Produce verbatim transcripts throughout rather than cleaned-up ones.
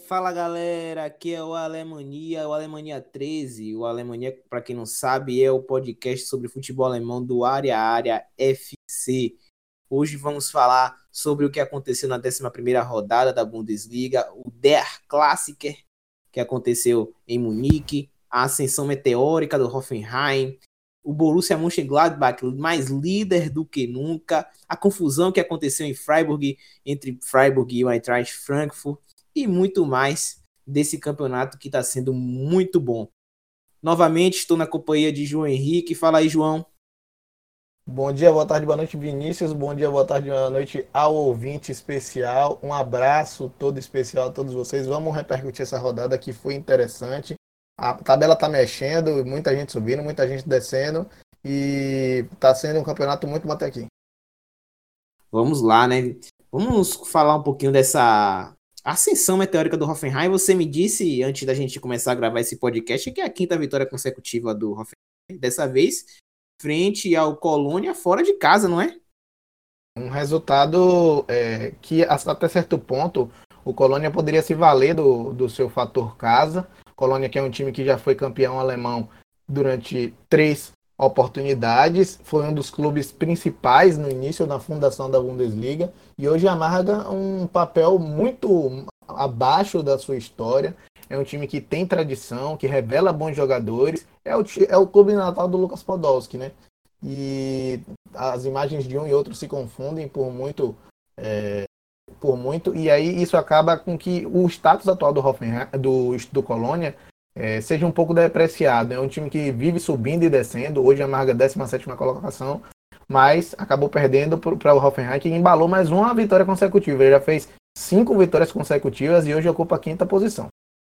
Fala galera, aqui é o Alemania, o Alemania treze. O Alemania, para quem não sabe, é o podcast sobre futebol alemão do Área Área F C. Hoje vamos falar sobre o que aconteceu na décima primeira rodada da Bundesliga, o Der Klassiker, que aconteceu em Munique, a ascensão meteórica do Hoffenheim, o Borussia Mönchengladbach mais líder do que nunca, a confusão que aconteceu em Freiburg, entre Freiburg e o Eintracht Frankfurt, e muito mais desse campeonato que está sendo muito bom. Novamente estou na companhia de João Henrique. Fala aí, João. Bom dia, boa tarde, boa noite, Vinícius. Bom dia, boa tarde, boa noite ao ouvinte especial. Um abraço todo especial a todos vocês. Vamos repercutir essa rodada que foi interessante. A tabela está mexendo, muita gente subindo, muita gente descendo. E está sendo um campeonato muito bom até aqui. Vamos lá, né? Vamos falar um pouquinho dessa ascensão meteórica do Hoffenheim. Você me disse, antes da gente começar a gravar esse podcast, que é a quinta vitória consecutiva do Hoffenheim. Dessa vez, frente ao Colônia, fora de casa, não é? Um resultado é, que, até certo ponto, o Colônia poderia se valer do, do seu fator casa. Colônia, que é um time que já foi campeão alemão durante três oportunidades, foi um dos clubes principais no início da fundação da Bundesliga e hoje amarga um papel muito abaixo da sua história. É um time que tem tradição, que revela bons jogadores. É o, é o clube natal do Lucas Podolski, né? E as imagens de um e outro se confundem por muito, é, por muito, e aí isso acaba com que o status atual do Hoffenheim, do, do Colônia, é, seja um pouco depreciado. É um time que vive subindo e descendo, hoje amarga a décima sétima colocação, mas acabou perdendo para o Hoffenheim, que embalou mais uma vitória consecutiva. Ele já fez cinco vitórias consecutivas e hoje ocupa a quinta posição.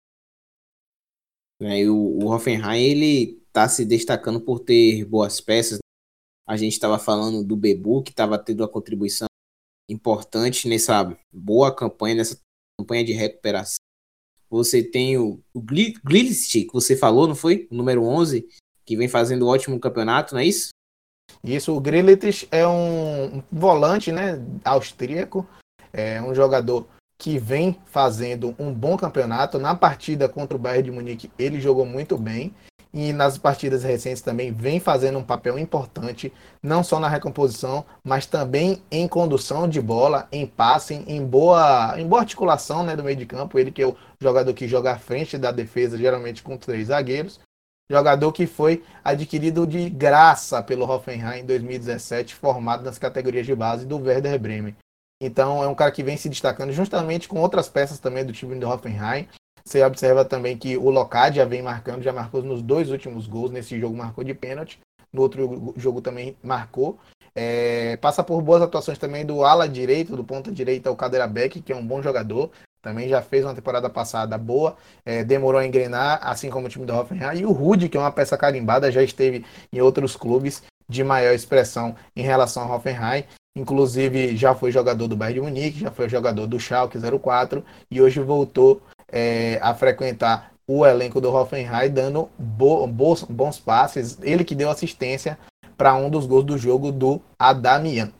É, e o, o Hoffenheim, ele está se destacando por ter boas peças. A gente estava falando do Bebu, que estava tendo uma contribuição importante nessa boa campanha, nessa campanha de recuperação. Você tem o, o Glitz, que você falou, não foi? O número onze, que vem fazendo um ótimo campeonato, não é isso? Isso, o Grealish é um volante, né, austríaco, é um jogador que vem fazendo um bom campeonato. Na partida contra o Bayern de Munique, ele jogou muito bem. E nas partidas recentes também vem fazendo um papel importante, não só na recomposição, mas também em condução de bola, em passe, em boa, em boa articulação, né, do meio de campo. Ele que é o jogador que joga à frente da defesa, geralmente com três zagueiros. Jogador que foi adquirido de graça pelo Hoffenheim em dois mil e dezessete, formado nas categorias de base do Werder Bremen. Então é um cara que vem se destacando justamente com outras peças também do time do Hoffenheim. Você observa também que o Locad já vem marcando, já marcou nos dois últimos gols. Nesse jogo marcou de pênalti, no outro jogo também marcou. É, passa por boas atuações também do ala direito, do ponta direita, o Kaderabek, que é um bom jogador. Também já fez uma temporada passada boa, é, demorou a engrenar, assim como o time do Hoffenheim. E o Rudi, que é uma peça carimbada, já esteve em outros clubes de maior expressão em relação ao Hoffenheim. Inclusive já foi jogador do Bayern de Munique, já foi jogador do Schalke zero quatro e hoje voltou É, a frequentar o elenco do Hoffenheim, dando bo- bons, bons passes. Ele que deu assistência para um dos gols do jogo do Adamian.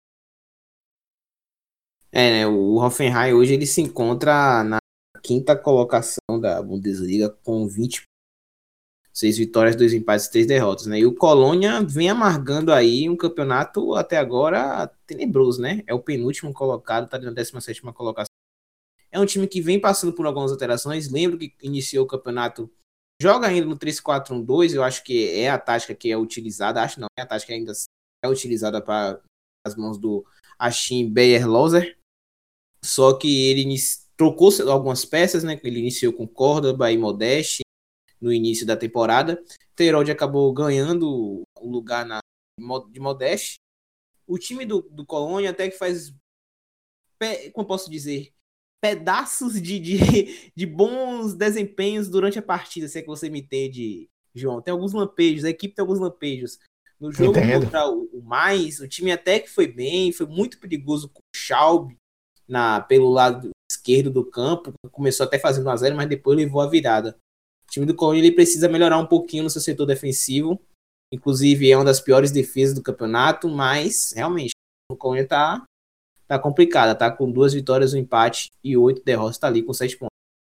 É, o Hoffenheim hoje ele se encontra na quinta colocação da Bundesliga com vinte, seis vitórias, dois empates, três derrotas, né? E o Colônia vem amargando aí um campeonato até agora tenebroso, né? É o penúltimo colocado, tá na décima sétima colocação. É um time que vem passando por algumas alterações. Lembro que iniciou o campeonato, joga ainda no três quatro um dois. Eu acho que é a tática que é utilizada. Acho não, é a tática que ainda é utilizada para as mãos do Achim Beyer-Loser. Só que ele trocou algumas peças, né? Ele iniciou com Córdoba e Modeste no início da temporada. Terodde acabou ganhando o lugar na, de Modeste. O time do, do Colônia até que faz, como posso dizer, pedaços de, de, de bons desempenhos durante a partida, se é que você me entende, João. Tem alguns lampejos, a equipe tem alguns lampejos. No jogo Entendo. contra o, o Mais, o time até que foi bem, foi muito perigoso com o Schaub na, pelo lado esquerdo do campo, começou até fazendo um a zero, mas depois levou a virada. O time do Colônia ele precisa melhorar um pouquinho no seu setor defensivo, inclusive é uma das piores defesas do campeonato, mas realmente o Colônia tá tá complicada, tá com duas vitórias, um empate e oito derrotas, tá ali com sete pontos.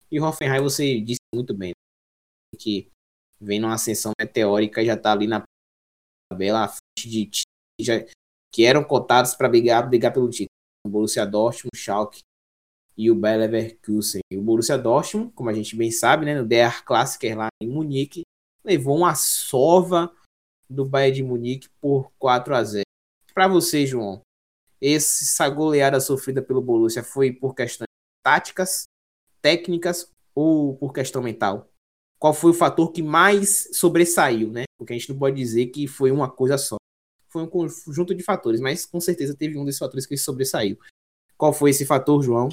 E o Hoffenheim, você disse muito bem, né? Que vem numa ascensão meteórica e já está ali na tabela à frente de times já, que eram cotados para brigar, brigar pelo título. O Borussia Dortmund, o Schalke e o Bayer Leverkusen. E o Borussia Dortmund, como a gente bem sabe, né, no D R Klassiker lá em Munique, levou uma sova do Bayern de Munique por quatro a zero. Para você, João, essa goleada sofrida pelo Borussia foi por questões táticas, técnicas ou por questão mental? Qual foi o fator que mais sobressaiu, né? Porque a gente não pode dizer que foi uma coisa só. Foi um conjunto de fatores, mas com certeza teve um desses fatores que sobressaiu. Qual foi esse fator, João?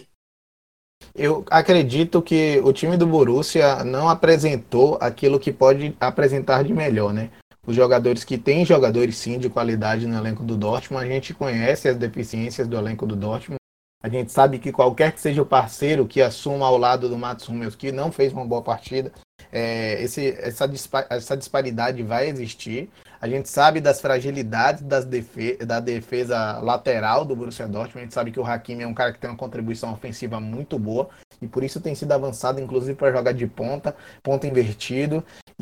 Eu acredito que o time do Borussia não apresentou aquilo que pode apresentar de melhor, né? Os jogadores que têm jogadores sim de qualidade no elenco do Dortmund, a gente conhece as deficiências do elenco do Dortmund. A gente sabe que qualquer que seja o parceiro que assuma ao lado do Mats Hummels, que não fez uma boa partida, é, esse, essa, dispa, essa disparidade vai existir. A gente sabe das fragilidades das defe da defesa lateral do Borussia Dortmund. A gente sabe que o Hakimi é um cara que tem uma contribuição ofensiva muito boa e por isso tem sido avançado, inclusive para jogar de ponta, ponta invertido.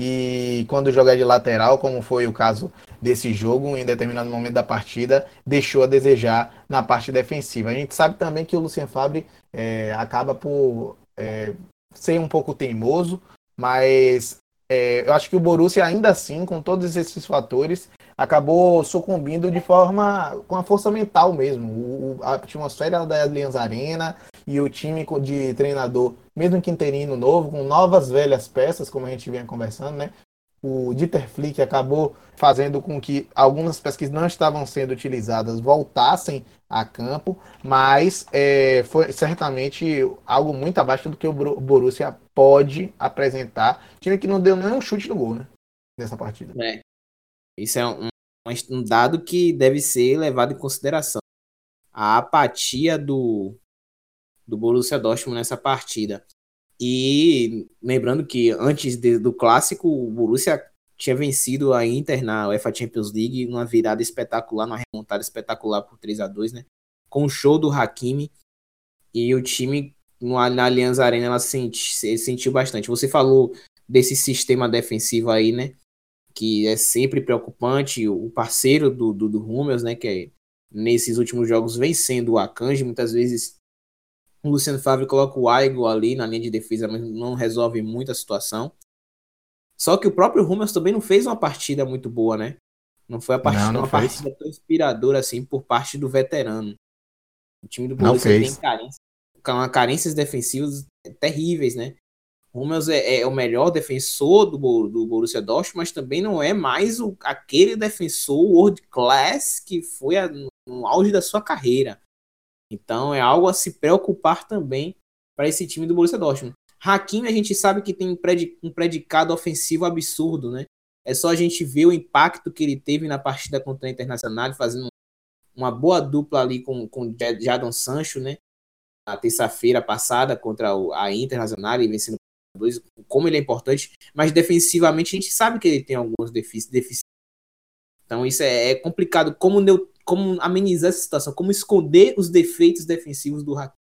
E quando jogar de lateral, como foi o caso desse jogo, em determinado momento da partida, deixou a desejar na parte defensiva. A gente sabe também que o Lucien Favre é, acaba por é, ser um pouco teimoso, mas é, eu acho que o Borussia, ainda assim, com todos esses fatores, acabou sucumbindo de forma, com a força mental mesmo. O, a atmosfera da Allianz Arena e o time de treinador, mesmo que interino novo, com novas velhas peças, como a gente vinha conversando, né? O Dieter Flick acabou fazendo com que algumas peças que não estavam sendo utilizadas voltassem a campo, mas é, foi certamente algo muito abaixo do que o Borussia pode apresentar. Time que não deu nem um chute no gol, né? Nessa partida. É, isso é um, um dado que deve ser levado em consideração. A apatia do, do Borussia Dortmund nessa partida. E lembrando que antes de, do clássico, o Borussia tinha vencido a Inter na UEFA Champions League numa virada espetacular, numa remontada espetacular por três a dois, né? Com o show do Hakimi. E o time no, na Allianz Arena ela senti, sentiu bastante. Você falou desse sistema defensivo aí, né? Que é sempre preocupante. O parceiro do, do, do Hummels, né? Que é, nesses últimos jogos vem sendo o Akanji, muitas vezes o Luciano Favre coloca o Aigo ali na linha de defesa, mas não resolve muito a situação. Só que o próprio Hummels também não fez uma partida muito boa, né? Não foi a part... não, não uma fez. partida tão inspiradora assim por parte do veterano. O time do Não Borussia tem fez. carências, carências defensivas terríveis, né? O Hummels é, é o melhor defensor do, do Borussia Dortmund, mas também não é mais o, aquele defensor world class que foi a, no auge da sua carreira. Então é algo a se preocupar também para esse time do Borussia Dortmund. Hakimi, a gente sabe que tem um predicado ofensivo absurdo, né? É só a gente ver o impacto que ele teve na partida contra a Internacional, fazendo uma boa dupla ali com o Jadon Sancho, né? Na terça-feira passada contra a Internacional e vencendo dois, como ele é importante, mas defensivamente a gente sabe que ele tem alguns deficiências. Então isso é, é complicado. Como, neu, como amenizar essa situação? Como esconder os defeitos defensivos do Hakimi?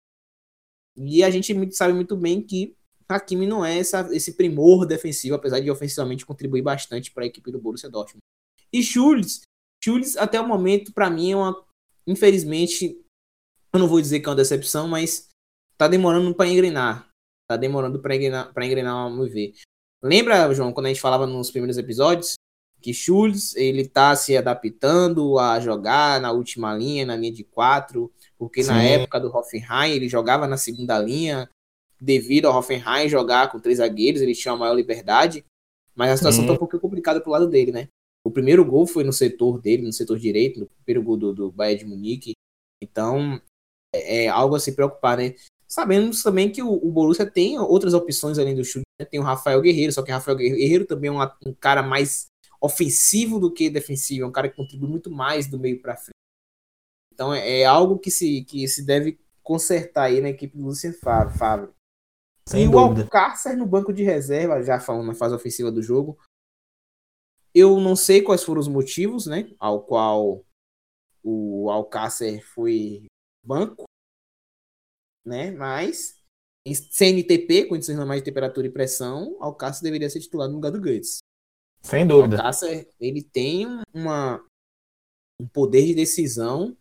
E a gente sabe muito bem que Hakimi não é essa, esse primor defensivo, apesar de ofensivamente contribuir bastante para a equipe do Borussia Dortmund. E Schultz, Schultz até o momento, para mim, é uma, infelizmente, eu não vou dizer que é uma decepção, mas tá demorando para engrenar. Tá demorando para engrenar, para engrenar, vamos ver. Lembra, João, quando a gente falava nos primeiros episódios, que Schultz, ele tá se adaptando a jogar na última linha, na linha de quatro, porque Sim. na época do Hoffenheim ele jogava na segunda linha, devido ao Hoffenheim jogar com três zagueiros, ele tinha uma maior liberdade, mas a situação Sim. tá um pouco complicada pro lado dele, né? O primeiro gol foi no setor dele, no setor direito, no primeiro gol do, do Bayern de Munique, então é, é algo a se preocupar, né? Sabemos também que o, o Borussia tem outras opções além do Schultz, né? Tem o Rafael Guerreiro, só que o Rafael Guerreiro também é um, um cara mais ofensivo do que defensivo, é um cara que contribui muito mais do meio para frente. Então é, é algo que se, que se deve consertar aí na equipe do Lucien Favre. Sem e dúvida. O Alcácer no banco de reserva, já falando na fase ofensiva do jogo, eu não sei quais foram os motivos, né, ao qual o Alcácer foi banco, né, mas em C N T P, condições normais de temperatura e pressão, Alcácer deveria ser titular no lugar do Götze. Sem dúvida. O Alcácer, ele tem uma, um poder de decisão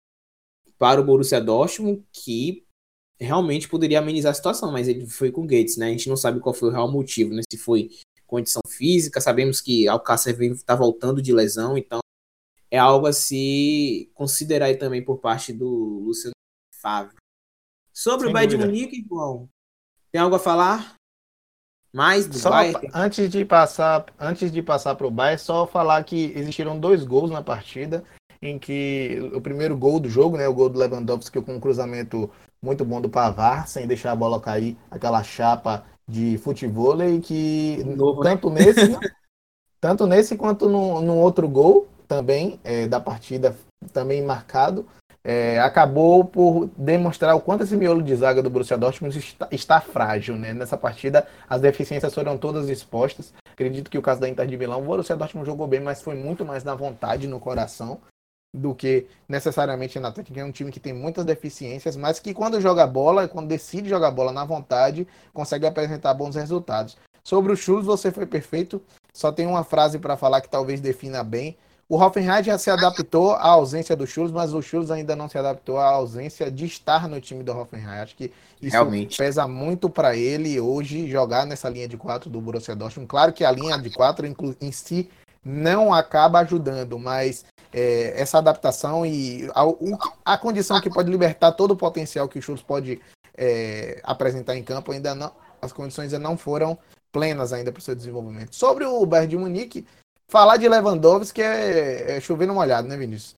para o Borussia Dortmund que realmente poderia amenizar a situação, mas ele foi com o Götze, né? A gente não sabe qual foi o real motivo, né? Se foi condição física, sabemos que Alcácer está voltando de lesão, então é algo a se considerar aí também por parte do Luciano Favre. Sobre Sem o Bayern de Munique, João, tem algo a falar? Mais do só Bayern? Antes de passar, antes de passar para o Bayern, só falar que existiram dois gols na partida, em que o primeiro gol do jogo, né, o gol do Lewandowski com um cruzamento muito bom do Pavard, sem deixar a bola cair, aquela chapa de futevôlei, que Novo, tanto né? nesse tanto nesse quanto no, no outro gol também é, da partida, também marcado, é, acabou por demonstrar o quanto esse miolo de zaga do Borussia Dortmund está, está frágil, né? Nessa partida as deficiências foram todas expostas. Acredito que o caso da Inter de Milão, o Borussia Dortmund jogou bem, mas foi muito mais na vontade, no coração, do que necessariamente na técnica. É um time que tem muitas deficiências, mas que quando joga bola, quando decide jogar bola na vontade, consegue apresentar bons resultados. Sobre o Schulz, você foi perfeito. Só tem uma frase para falar que talvez defina bem. O Hoffenheim já se adaptou à ausência do Schulz, mas o Schulz ainda não se adaptou à ausência de estar no time do Hoffenheim. Acho que isso Realmente. pesa muito para ele hoje jogar nessa linha de quatro do Borussia Dortmund. Claro que a linha de quatro em si não acaba ajudando, mas é, essa adaptação e a, a condição que pode libertar todo o potencial que o Schulz pode é, apresentar em campo, ainda não, as condições ainda não foram plenas ainda para o seu desenvolvimento. Sobre o Bayern de Munique, falar de Lewandowski é, é chover no molhado, né, Vinícius?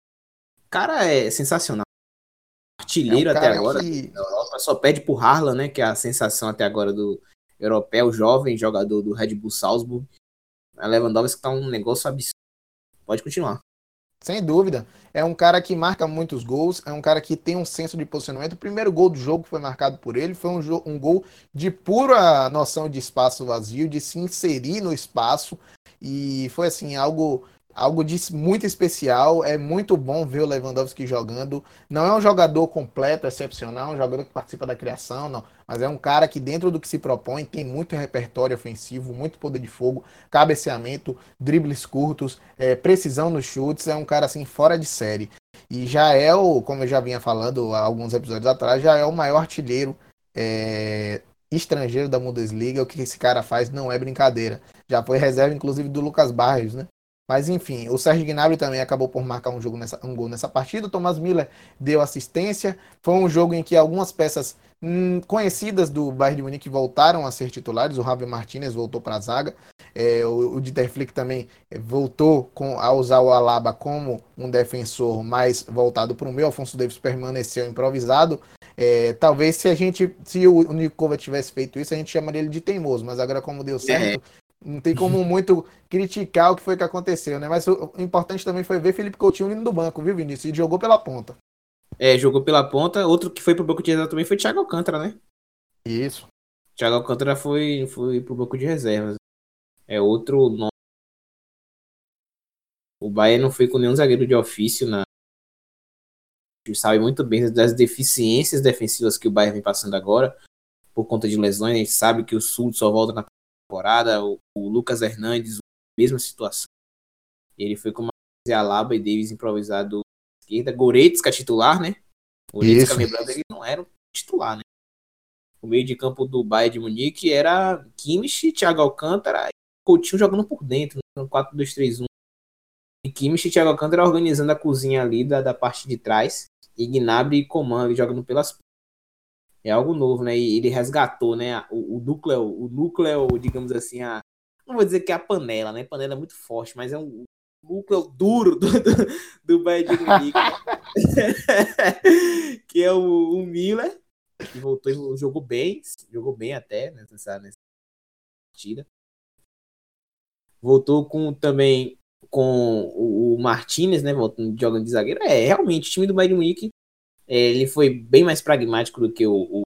Cara, é sensacional. Artilheiro é um até agora que... na Europa, só pede pro Haaland, né, que é a sensação até agora do europeu, jovem jogador do Red Bull Salzburg. A Lewandowski tá um negócio absurdo. Pode continuar. Sem dúvida. É um cara que marca muitos gols, é um cara que tem um senso de posicionamento. O primeiro gol do jogo foi marcado por ele, foi um, um gol de pura noção de espaço vazio, de se inserir no espaço, e foi assim, algo, algo de muito especial. É muito bom ver o Lewandowski jogando. Não é um jogador completo, excepcional, um jogador que participa da criação, não. Mas é um cara que, dentro do que se propõe, tem muito repertório ofensivo, muito poder de fogo, cabeceamento, dribles curtos, é, precisão nos chutes. É um cara assim fora de série. E já é o, como eu já vinha falando há alguns episódios atrás, já é o maior artilheiro é, estrangeiro da Bundesliga. O que esse cara faz não é brincadeira. Já foi reserva, inclusive, do Lucas Barrios, né? Mas enfim, o Serge Gnabry também acabou por marcar um, jogo nessa, um gol nessa partida. O Thomas Müller deu assistência. Foi um jogo em que algumas peças hum, conhecidas do Bayern de Munique voltaram a ser titulares. O Javi Martinez voltou para a zaga. É, o, o Dieter Flick também voltou com, a usar o Alaba como um defensor mais voltado para o meio. Alfonso Davies permaneceu improvisado. É, talvez se a gente, se o Nico Kovac tivesse feito isso, a gente chamaria ele de teimoso. Mas agora, como deu certo, é. Não tem como muito criticar o que foi que aconteceu, né? Mas o importante também foi ver Felipe Coutinho vindo do banco, viu, Vinícius? E jogou pela ponta. É, jogou pela ponta. Outro que foi pro banco de reserva também foi Thiago Alcântara, né? Isso. Thiago Alcântara foi, foi pro banco de reservas. É outro nome. O Bayern não foi com nenhum zagueiro de ofício na. A gente sabe muito bem das deficiências defensivas que o Bayern vem passando agora, por conta de lesões. A gente sabe que o Sul só volta na temporada. O, o Lucas Hernandes, mesma situação. Ele foi com Alaba e Davis improvisado esquerda. Goretzka titular, né? Goretzka, lembrando, ele não era o titular, né? O meio de campo do Bayern de Munique era Kimmich, Thiago Alcântara e Coutinho jogando por dentro, no quatro dois três um. E Kimmich e Thiago Alcântara organizando a cozinha ali da, da parte de trás. E Gnabry e Coman ali jogando pelas pontas. É algo novo, né? E ele resgatou, né? O, o núcleo, o núcleo, digamos assim, a, não vou dizer que é a panela, né? Panela é muito forte, mas é um núcleo duro do, do, do Bayern de Munique. Que é o, o Miller, que voltou e jogou bem, jogou bem até nessa, nessa partida. Voltou com também com o, o Martinez, né? Voltando jogando de zagueiro. É, realmente, o time do Bayern de Munique, é, ele foi bem mais pragmático do que o, o,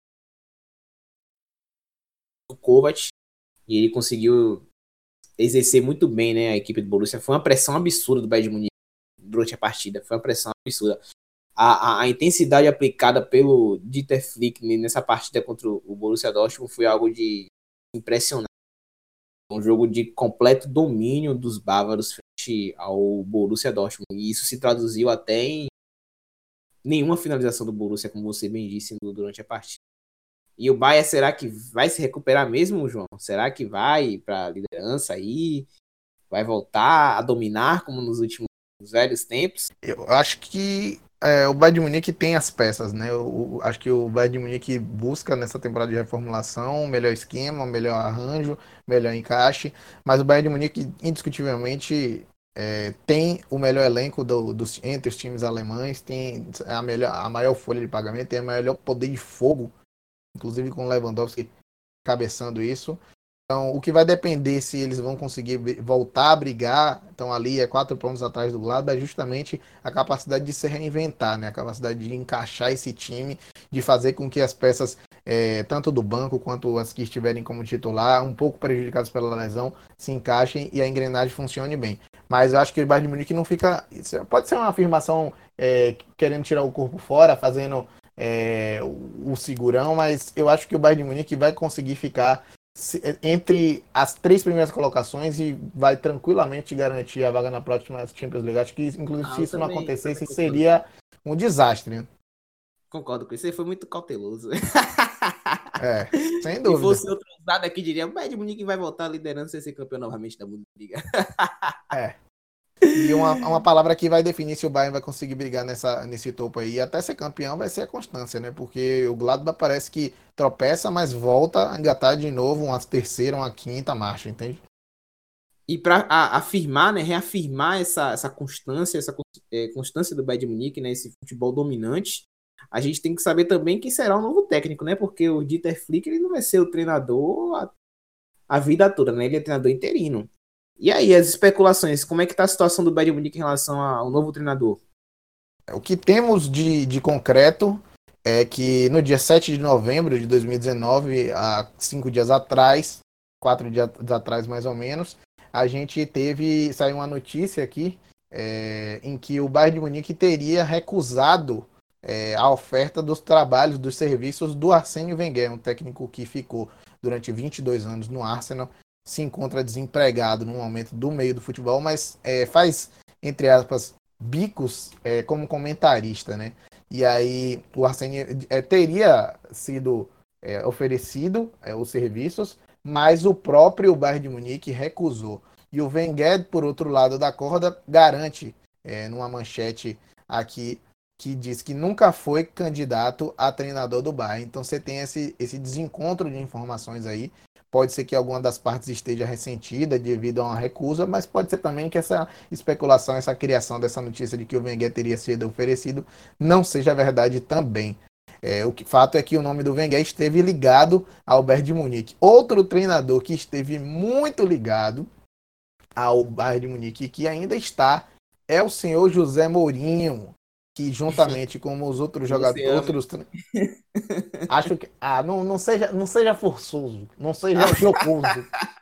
o Kovac, e ele conseguiu exercer muito bem, né, a equipe do Borussia. Foi uma pressão absurda do Bayern de Munique durante a partida, foi uma pressão absurda. a, a, a intensidade aplicada pelo Dieter Flick nessa partida contra o Borussia Dortmund foi algo de impressionante. Um jogo de completo domínio dos bávaros frente ao Borussia Dortmund. E isso se traduziu até em nenhuma finalização do Borussia, como você bem disse durante a partida. E o Bayern, será que vai se recuperar mesmo, João? Será que vai para a liderança aí? Vai voltar a dominar como nos últimos velhos tempos? Eu acho que é, o Bayern de Munique tem as peças, né? Eu, eu acho que o Bayern de Munique busca nessa temporada de reformulação um melhor esquema, um melhor arranjo, melhor encaixe, mas o Bayern de Munique indiscutivelmente é, tem o melhor elenco do, dos, entre os times alemães, tem a, melhor, a maior folha de pagamento, tem o maior poder de fogo, inclusive com o Lewandowski cabeçando isso. Então, o que vai depender se eles vão conseguir voltar a brigar, então ali é quatro pontos atrás do Gladbach, é justamente a capacidade de se reinventar, né? A capacidade de encaixar esse time, de fazer com que as peças, é, tanto do banco quanto as que estiverem como titular, um pouco prejudicadas pela lesão, se encaixem e a engrenagem funcione bem. Mas eu acho que o Bayern de Munique não fica... Pode ser uma afirmação é, querendo tirar o corpo fora, fazendo é, o, o segurão, mas eu acho que o Bayern de Munique vai conseguir ficar entre as três primeiras colocações e vai tranquilamente garantir a vaga na próxima Champions League. Acho que, inclusive, ah, se isso também, não acontecesse, seria um desastre. Né? Concordo com isso. Você foi muito cauteloso. É, sem dúvida. Se fosse outro usado aqui, diria o Bayern de Munique vai voltar à liderança e ser campeão novamente da Bundesliga. É. E uma, uma palavra que vai definir se o Bayern vai conseguir brigar nessa, nesse topo aí. E até ser campeão vai ser a constância, né? Porque o Gladbach parece que tropeça, mas volta a engatar de novo uma terceira, uma quinta marcha, entende? E para afirmar, né, reafirmar essa, essa constância, essa é, constância do Bayern de Munique, né, esse futebol dominante, a gente tem que saber também quem será o novo técnico, né? Porque o Dieter Flick ele não vai ser o treinador a, a vida toda, né? Ele é treinador interino. E aí, as especulações, como é que está a situação do Bayern de Munique em relação ao novo treinador? O que temos de, de concreto é que no dia sete de novembro de dois mil e dezenove, há cinco dias atrás, quatro dias atrás mais ou menos, a gente teve, saiu uma notícia aqui, é, em que o Bayern de Munique teria recusado é, a oferta dos trabalhos, dos serviços do Arsène Wenger, um técnico que ficou durante vinte e dois anos no Arsenal, se encontra desempregado no momento do meio do futebol, mas é, faz, entre aspas, bicos é, como comentarista, né? E aí o Arsène é, teria sido é, oferecido é, os serviços, mas o próprio Bayern de Munique recusou. E o Wenger, por outro lado da corda, garante é, numa manchete aqui que diz que nunca foi candidato a treinador do Bayern. Então você tem esse, esse desencontro de informações aí. Pode ser que alguma das partes esteja ressentida devido a uma recusa, mas pode ser também que essa especulação, essa criação dessa notícia de que o Wenger teria sido oferecido não seja verdade também. É, o que, fato é que o nome do Wenger esteve ligado ao Bayern de Munique. Outro treinador que esteve muito ligado ao Bayern de Munique e que ainda está é o senhor José Mourinho, que juntamente com os outros jogadores, outros acho que ah, não, não seja não seja forçoso, não seja jocoso.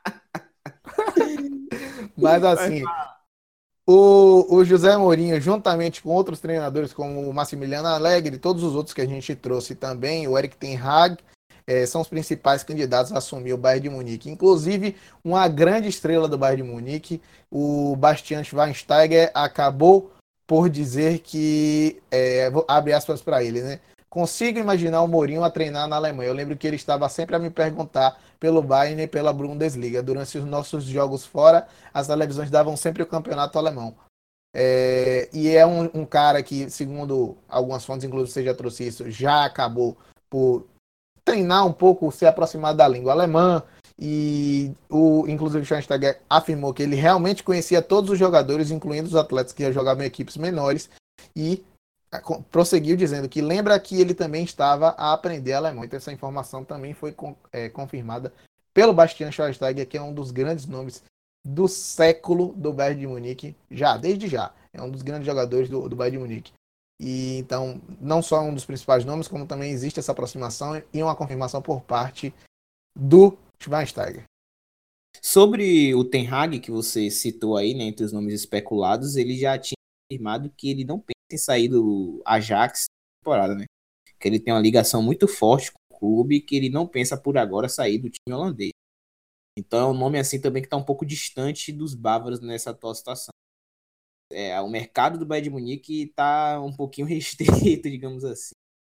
Mas assim, o, o José Mourinho, juntamente com outros treinadores como o Massimiliano Allegri, todos os outros que a gente trouxe também, o Erik ten Hag, é, são os principais candidatos a assumir o Bayern de Munique. Inclusive, uma grande estrela do Bayern de Munique, o Bastian Schweinsteiger, acabou por dizer que, é, abre aspas para ele, né? Consigo imaginar o Mourinho a treinar na Alemanha. Eu lembro que ele estava sempre a me perguntar pelo Bayern e pela Bundesliga. Durante os nossos jogos fora, as televisões davam sempre o campeonato alemão. É, e é um, um cara que, segundo algumas fontes, inclusive você já trouxe isso, já acabou por treinar um pouco, se aproximar da língua alemã. E o, inclusive o Schweinsteiger afirmou que ele realmente conhecia todos os jogadores, incluindo os atletas que jogavam em equipes menores, e prosseguiu dizendo que lembra que ele também estava a aprender alemão. Então essa informação também foi é, confirmada pelo Bastian Schweinsteiger, que é um dos grandes nomes do século do Bayern de Munique, já, desde já. É um dos grandes jogadores do, do Bayern de Munique. E então, não só um dos principais nomes, como também existe essa aproximação e uma confirmação por parte do Schweinsteiger. Sobre o Ten Hag, que você citou aí, né, entre os nomes especulados, ele já tinha afirmado que ele não pensa tem saído o Ajax na temporada, né? Que ele tem uma ligação muito forte com o clube que ele não pensa por agora sair do time holandês. Então é um nome assim também que está um pouco distante dos bávaros nessa atual situação. É, o mercado do Bayern de Munique está um pouquinho restrito, digamos assim,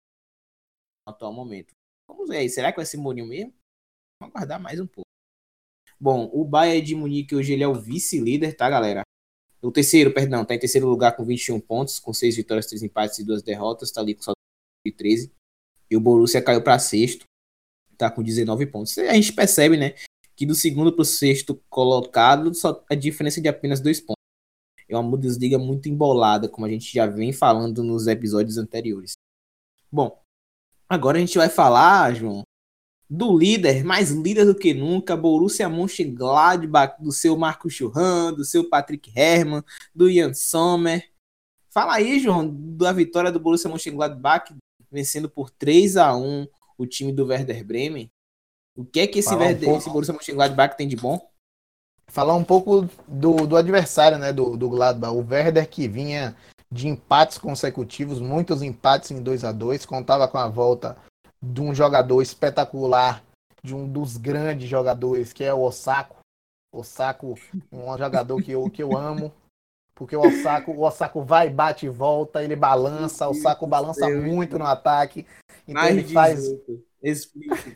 no atual momento. Vamos ver aí, será que vai ser Mourinho mesmo? Vamos aguardar mais um pouco. Bom, o Bayern de Munique hoje ele é o vice-líder, tá, galera? O terceiro, perdão, tá em terceiro lugar com vinte e um pontos, com seis vitórias, três empates e duas derrotas, tá ali com só treze. E o Borussia caiu para sexto, tá com dezenove pontos. A gente percebe, né, que do segundo para o sexto colocado só a diferença de apenas dois pontos. É uma Bundesliga muito embolada, como a gente já vem falando nos episódios anteriores. Bom, agora a gente vai falar, João, do líder, mais líder do que nunca, Borussia Mönchengladbach, do seu Marco Thuram, do seu Patrick Herrmann, do Jan Sommer. Fala aí, João, da vitória do Borussia Mönchengladbach, vencendo por três a um o time do Werder Bremen. O que é que esse, Werder, um esse Borussia Mönchengladbach tem de bom? Falar um pouco do, do adversário, né, do, do Gladbach. O Werder, que vinha de empates consecutivos, muitos empates em dois a dois, contava com a volta de um jogador espetacular, de um dos grandes jogadores, que é o Osako. Osako, um jogador que eu, que eu amo, porque o Osako, o Osako vai, bate e volta, ele balança, o Osako balança muito no ataque, então ele faz... Explique.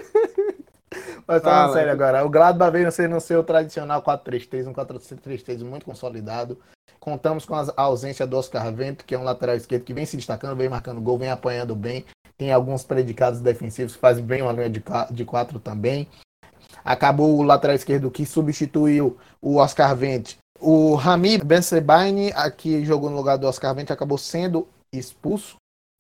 Mas falando Fala, sério agora, o Gladbach veio no seu tradicional quatro três três, um quatro três três muito consolidado. Contamos com a ausência do Oscar Wendt, que é um lateral esquerdo que vem se destacando, vem marcando gol, vem apanhando bem. Tem alguns predicados defensivos que fazem bem uma linha de quatro também. Acabou o lateral esquerdo que substituiu o Oscar Wendt. O Rami Bensebaini, que jogou no lugar do Oscar Wendt, acabou sendo expulso.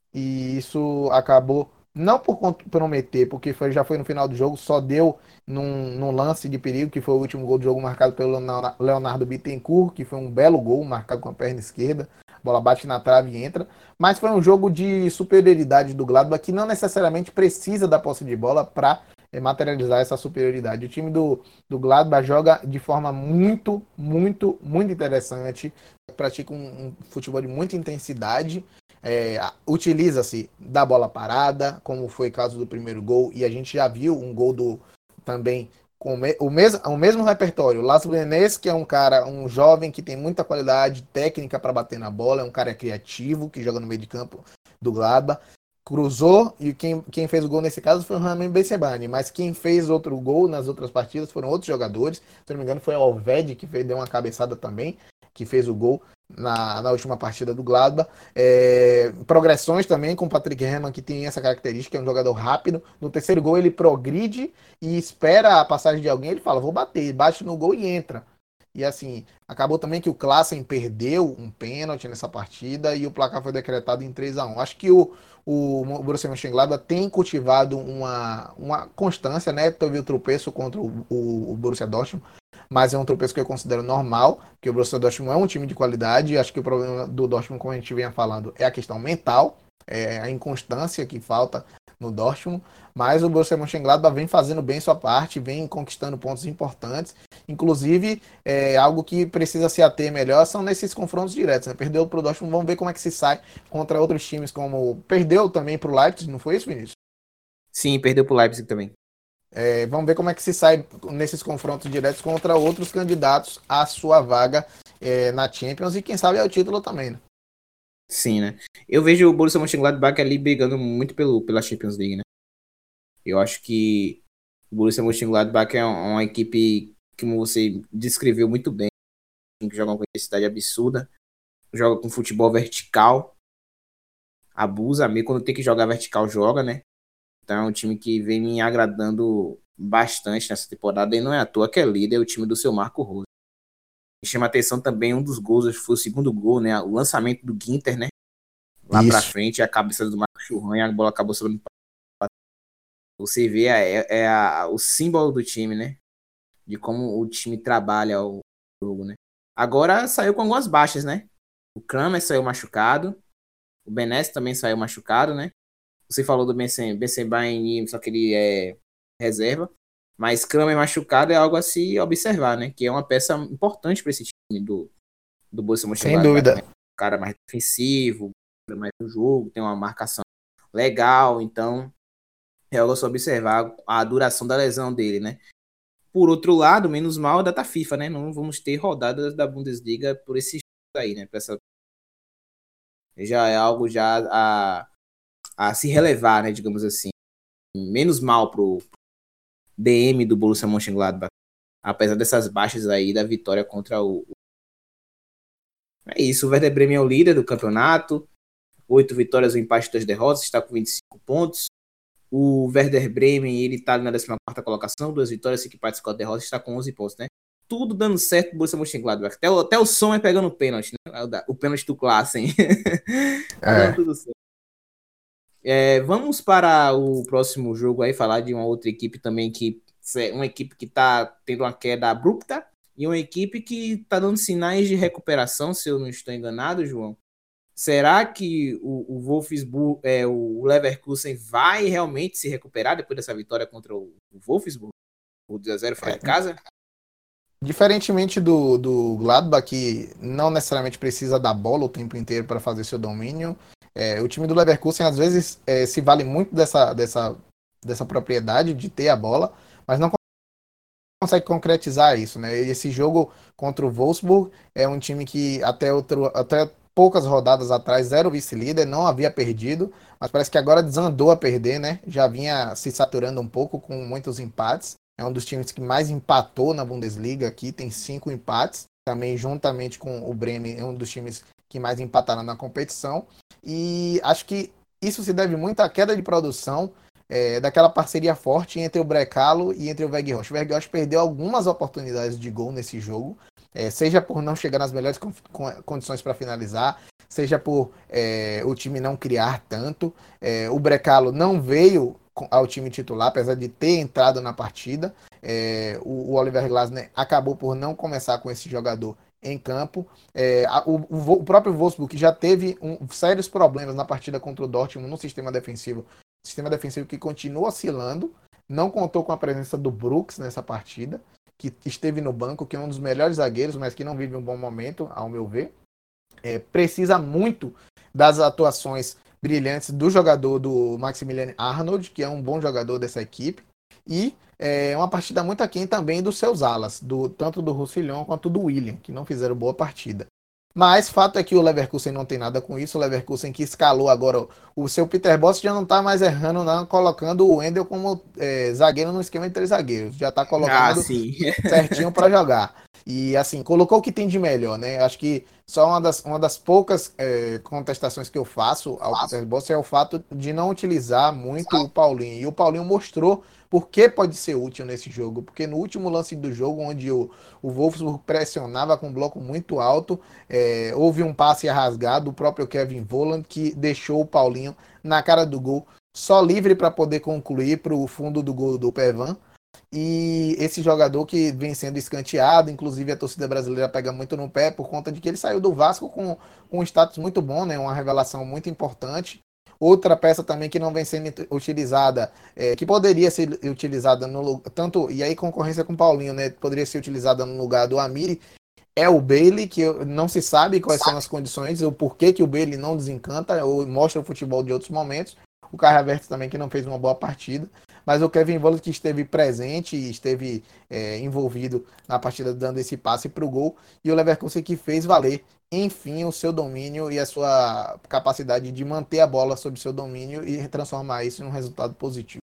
E isso acabou... Não por comprometer, porque foi, já foi no final do jogo, só deu num, num lance de perigo, que foi o último gol do jogo marcado pelo Leonardo Bittencourt, que foi um belo gol, marcado com a perna esquerda. A bola bate na trave e entra. Mas foi um jogo de superioridade do Gladbach, que não necessariamente precisa da posse de bola para materializar essa superioridade. O time do, do Gladbach joga de forma muito, muito, muito interessante. Pratica um, um futebol de muita intensidade. É, utiliza-se da bola parada, como foi o caso do primeiro gol, e a gente já viu um gol do também com o, mes, o mesmo repertório. O Laszlo Benes, que é um cara, um jovem que tem muita qualidade técnica para bater na bola, é um cara criativo, que joga no meio de campo do Gladbach, cruzou, e quem, quem fez o gol nesse caso foi o Rami Bensebaini, mas quem fez outro gol nas outras partidas foram outros jogadores, se não me engano foi o Alved, que fez, deu uma cabeçada também, que fez o gol na, na última partida do Gladbach. É, progressões também com o Patrick Herrmann, que tem essa característica, é um jogador rápido. No terceiro gol ele progride e espera a passagem de alguém, ele fala, vou bater, bate no gol e entra. E assim, acabou também que o Klaassen perdeu um pênalti nessa partida e o placar foi decretado em três a um. Acho que o, o Borussia Mönchengladbach tem cultivado uma, uma constância, né? Teve o tropeço contra o, o, o Borussia Dortmund, mas é um tropeço que eu considero normal, que o Borussia Dortmund é um time de qualidade, e acho que o problema do Dortmund, como a gente vinha falando, é a questão mental, é a inconstância que falta no Dortmund, mas o Borussia Mönchengladbach vem fazendo bem sua parte, vem conquistando pontos importantes, inclusive é, algo que precisa se ater melhor são nesses confrontos diretos, né? Perdeu para o Dortmund, vamos ver como é que se sai contra outros times, como perdeu também para o Leipzig, não foi isso, Vinícius? Sim, perdeu para o Leipzig também. É, vamos ver como é que se sai nesses confrontos diretos contra outros candidatos à sua vaga é, na Champions e quem sabe é o título também, né? Sim, né? Eu vejo o Borussia Mönchengladbach ali brigando muito pelo, pela Champions League, né? Eu acho que o Borussia Mönchengladbach é uma, uma equipe que, como você descreveu muito bem, que joga com intensidade absurda, joga com futebol vertical, abusa mesmo, quando tem que jogar vertical, joga, né? Então é um time que vem me agradando bastante nessa temporada e não é à toa que é líder, é o time do seu Marco Rose. Me chama a atenção também um dos gols, acho que foi o segundo gol, né? O lançamento do Ginter, né? Lá Isso. pra frente, a cabeça do Marco Thuram e a bola acabou sobrando. Você vê é, é a, o símbolo do time, né? De como o time trabalha o jogo, né? Agora saiu com algumas baixas, né? O Kramer saiu machucado, o Benes também saiu machucado, né? Você falou do Bensebaini, só que ele é reserva. Mas Kramer machucado é algo a se observar, né? Que é uma peça importante para esse time do, do Borussia Mönchengladbach. Sem dúvida. Né? cara mais defensivo, mais no jogo, tem uma marcação legal, então é algo só observar a duração da lesão dele, né? Por outro lado, menos mal a data FIFA, né? Não vamos ter rodadas da Bundesliga por esses aí, né? Essa... Já é algo já a, a se relevar, né? Digamos assim. Menos mal pro D M do Borussia Mönchengladbach, apesar dessas baixas aí da vitória contra o... É isso, o Werder Bremen é o líder do campeonato, oito vitórias, um empate, duas derrotas, está com vinte e cinco pontos. O Werder Bremen, ele está na décima quarta colocação, duas vitórias, cinco empates, quatro derrotas, está com onze pontos, né? Tudo dando certo pro Borussia Mönchengladbach. Até o, até o som é pegando o pênalti, né? O pênalti do Klaassen. Tá dando É. tudo certo. É, vamos para o próximo jogo aí, falar de uma outra equipe também, que uma equipe que está tendo uma queda abrupta e uma equipe que está dando sinais de recuperação, se eu não estou enganado, João. Será que o, o Wolfsburg, é, o Leverkusen vai realmente se recuperar depois dessa vitória contra o, o Wolfsburg? O dois a zero fora É. de casa? Diferentemente do, do Gladbach, que não necessariamente precisa da bola o tempo inteiro para fazer seu domínio, é, o time do Leverkusen às vezes é, se vale muito dessa, dessa, dessa propriedade de ter a bola, mas não consegue concretizar isso, né? Esse jogo contra o Wolfsburg é um time que até, outro, até poucas rodadas atrás era o vice-líder, não havia perdido, mas parece que agora desandou a perder, né? Já vinha se saturando um pouco com muitos empates. É um dos times que mais empatou na Bundesliga aqui, tem cinco empates. Também, juntamente com o Bremen, é um dos times que mais empataram na competição. E acho que isso se deve muito à queda de produção é, daquela parceria forte entre o Brecalo e entre o Weghorst. O Weghorst perdeu algumas oportunidades de gol nesse jogo, é, seja por não chegar nas melhores condições para finalizar, seja por é, o time não criar tanto. É, o Brecalo não veio ao time titular, apesar de ter entrado na partida. É, o, o Oliver Glasner acabou por não começar com esse jogador em campo. É, a, o, o próprio Wolfsburg, que já teve um, sérios problemas na partida contra o Dortmund no sistema defensivo, sistema defensivo que continua oscilando, não contou com a presença do Brooks nessa partida, que esteve no banco, que é um dos melhores zagueiros, mas que não vive um bom momento, ao meu ver. É, precisa muito das atuações brilhantes do jogador do Maximilian Arnold, que é um bom jogador dessa equipe, e é uma partida muito aquém também dos seus alas, do, tanto do Roussillon quanto do William, que não fizeram boa partida. Mas fato é que o Leverkusen não tem nada com isso. O Leverkusen que escalou agora o seu Peter Bosz já não está mais errando, não, colocando o Wendel como é, zagueiro no esquema de três zagueiros. Já está colocando ah, sim. certinho para jogar. E assim, colocou o que tem de melhor, né? Acho que só uma das, uma das poucas é, contestações que eu faço ao Peter Bosz é o fato de não utilizar muito o Paulinho. E o Paulinho mostrou por que pode ser útil nesse jogo. Porque no último lance do jogo, onde o, o Wolfsburg pressionava com um bloco muito alto, é, houve um passe rasgado do próprio Kevin Volland que deixou o Paulinho na cara do gol, só livre para poder concluir para o fundo do gol do Pervan. E esse jogador que vem sendo escanteado, inclusive a torcida brasileira pega muito no pé por conta de que ele saiu do Vasco com, com um status muito bom, né? Uma revelação muito importante. Outra peça também que não vem sendo utilizada, é, que poderia ser utilizada no tanto, e aí concorrência com o Paulinho, né? Poderia ser utilizada no lugar do Amiri, é o Bailey, que não se sabe quais são as condições, o porquê que o Bailey não desencanta, ou mostra o futebol de outros momentos. O Kai Havertz também, que não fez uma boa partida. Mas o Kevin Volland, que esteve presente e esteve é, envolvido na partida, dando esse passe para o gol. E o Leverkusen que fez valer, enfim, o seu domínio e a sua capacidade de manter a bola sob seu domínio e transformar isso em um resultado positivo.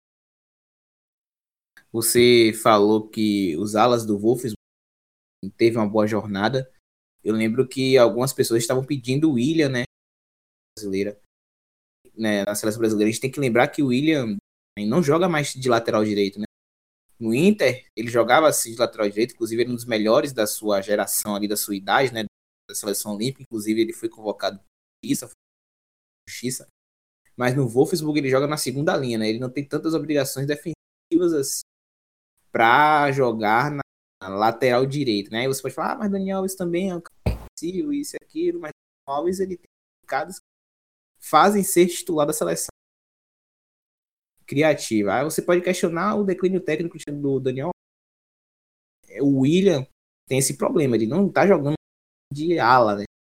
Você falou que os alas do Wolfsburg teve uma boa jornada. Eu lembro que algumas pessoas estavam pedindo o William, né, brasileira, né, na seleção brasileira. A gente tem que lembrar que o William não joga mais de lateral direito, né? No Inter, ele jogava assim de lateral direito, inclusive ele é um dos melhores da sua geração ali, da sua idade, né, da seleção olímpica. Inclusive ele foi convocado por justiça, justiça. Mas no Wolfsburg ele joga na segunda linha, né? Ele não tem tantas obrigações defensivas assim para jogar na lateral direito, né? Aí você pode falar, ah, mas Daniel Alves também é um cara defensivo, isso e aquilo, mas o Alves ele tem indicados que fazem ser titular da seleção criativa. Aí você pode questionar o declínio técnico do Daniel. O William tem esse problema, ele não tá jogando de ala, né?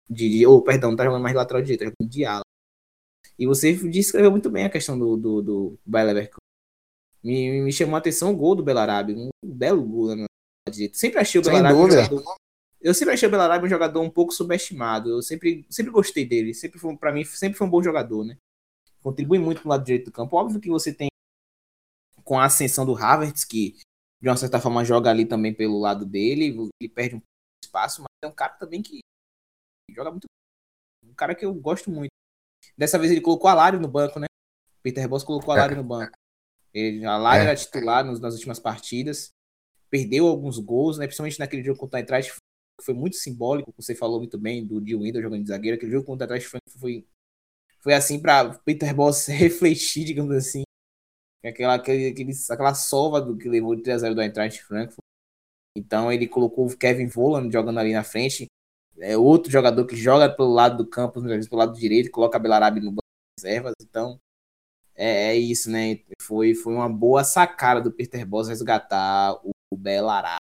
de, ou, perdão, não tá jogando mais de lateral direito, tá jogando de ala. E você descreveu muito bem a questão do, do, do Bayer Leverkusen. Me, me chamou a atenção o gol do Belarabe, um belo gol na direita. Sempre achei o Sem Belarabe um dúvida. jogador. Eu sempre achei o Belarabe um jogador um pouco subestimado. Eu sempre, sempre gostei dele. Sempre foi, para mim, sempre foi um bom jogador, né? Contribui muito pro lado direito do campo. Óbvio que você tem com a ascensão do Havertz, que de uma certa forma joga ali também pelo lado dele, ele perde um pouco de espaço, mas é um cara também que joga muito bem. Um cara que eu gosto muito. Dessa vez ele colocou a Alário no banco, né? Peter Bosz colocou a Alário no banco. Ele, a Alário É. era titular nos, nas últimas partidas, perdeu alguns gols, né? Principalmente naquele jogo contra a Eintracht, que foi muito simbólico, você falou muito bem do Dean Window jogando de zagueiro. Aquele jogo contra a Eintracht foi, foi assim para Peter Bosz refletir, digamos assim, aquela, aquele, aquele, aquela sova do que levou de três a zero do Eintracht Frankfurt. Então ele colocou o Kevin Volland jogando ali na frente, é outro jogador que joga pelo lado do campo, pelo lado direito, coloca a Belarabe no banco de reservas. Então é, é isso, né? Foi, foi uma boa sacada do Peter Bosz resgatar o, o Belarabe.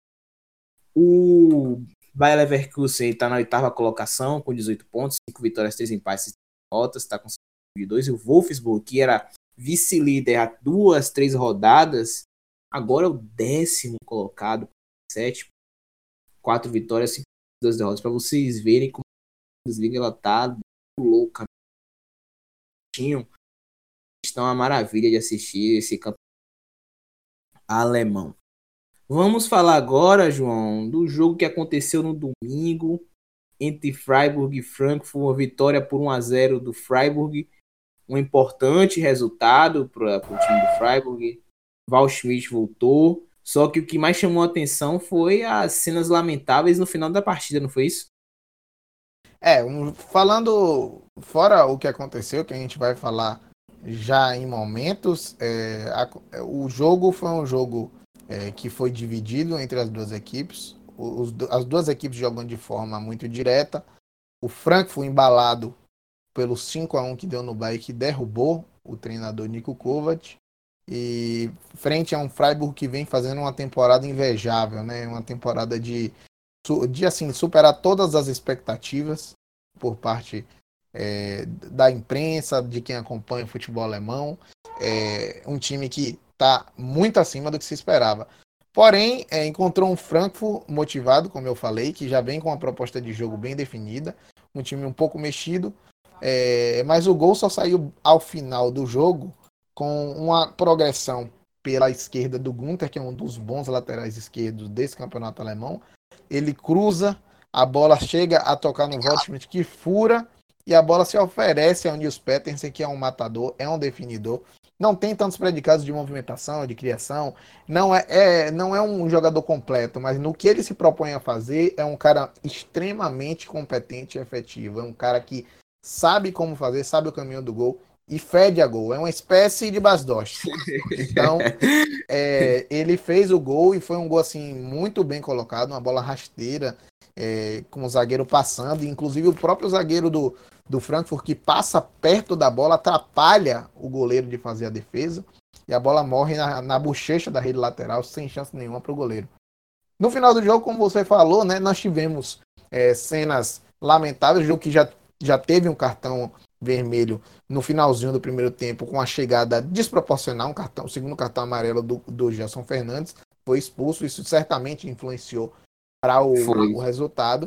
O Bayer Leverkusen está na oitava colocação com dezoito pontos, cinco vitórias, três empates, três derrotas, está com cinco de dois. E o Wolfsburg, que era vice-líder há duas, três rodadas, agora é o décimo colocado, sete, quatro vitórias, cinco, duas derrotas. Para vocês verem como a Bundesliga ela tá louca. Estão uma maravilha de assistir esse campeonato alemão. Vamos falar agora, João, do jogo que aconteceu no domingo entre Freiburg e Frankfurt, uma vitória por um a zero do Freiburg, um importante resultado para o time do Freiburg. Val Schmidt voltou, só que o que mais chamou a atenção foi as cenas lamentáveis no final da partida, não foi isso? É, um, falando fora o que aconteceu, que a gente vai falar já em momentos, é, a, o jogo foi um jogo é, que foi dividido entre as duas equipes, os, as duas equipes jogando de forma muito direta. O Frankfurt embalado pelo cinco a um que deu no Bayern, que derrubou o treinador Niko Kovac, e frente a um Freiburg que vem fazendo uma temporada invejável, né? Uma temporada de, de assim, superar todas as expectativas por parte é, da imprensa, de quem acompanha o futebol alemão. É um time que está muito acima do que se esperava. Porém, é, encontrou um Frankfurt motivado, como eu falei, que já vem com uma proposta de jogo bem definida, um time um pouco mexido, é, mas o gol só saiu ao final do jogo com uma progressão pela esquerda do Günther, que é um dos bons laterais esquerdos desse campeonato alemão. Ele cruza, a bola chega a tocar no Waldschmidt, que fura, e a bola se oferece ao Nils Petersen, que é um matador, é um definidor. Não tem tantos predicados de movimentação, de criação. Não é, é, não é um jogador completo, mas no que ele se propõe a fazer, é um cara extremamente competente e efetivo. É um cara que sabe como fazer, sabe o caminho do gol e fede a gol. É uma espécie de Bas Dost. Então, é, ele fez o gol e foi um gol assim muito bem colocado, uma bola rasteira, é, com o zagueiro passando, e inclusive o próprio zagueiro do, do Frankfurt, que passa perto da bola, atrapalha o goleiro de fazer a defesa, e a bola morre na, na bochecha da rede lateral, sem chance nenhuma para o goleiro. No final do jogo, como você falou, né, nós tivemos é, cenas lamentáveis, o jogo que já, já teve um cartão vermelho no finalzinho do primeiro tempo, com a chegada desproporcional, um cartão, o segundo cartão amarelo do, do Gelson Fernandes, foi expulso, isso certamente influenciou para o, o resultado.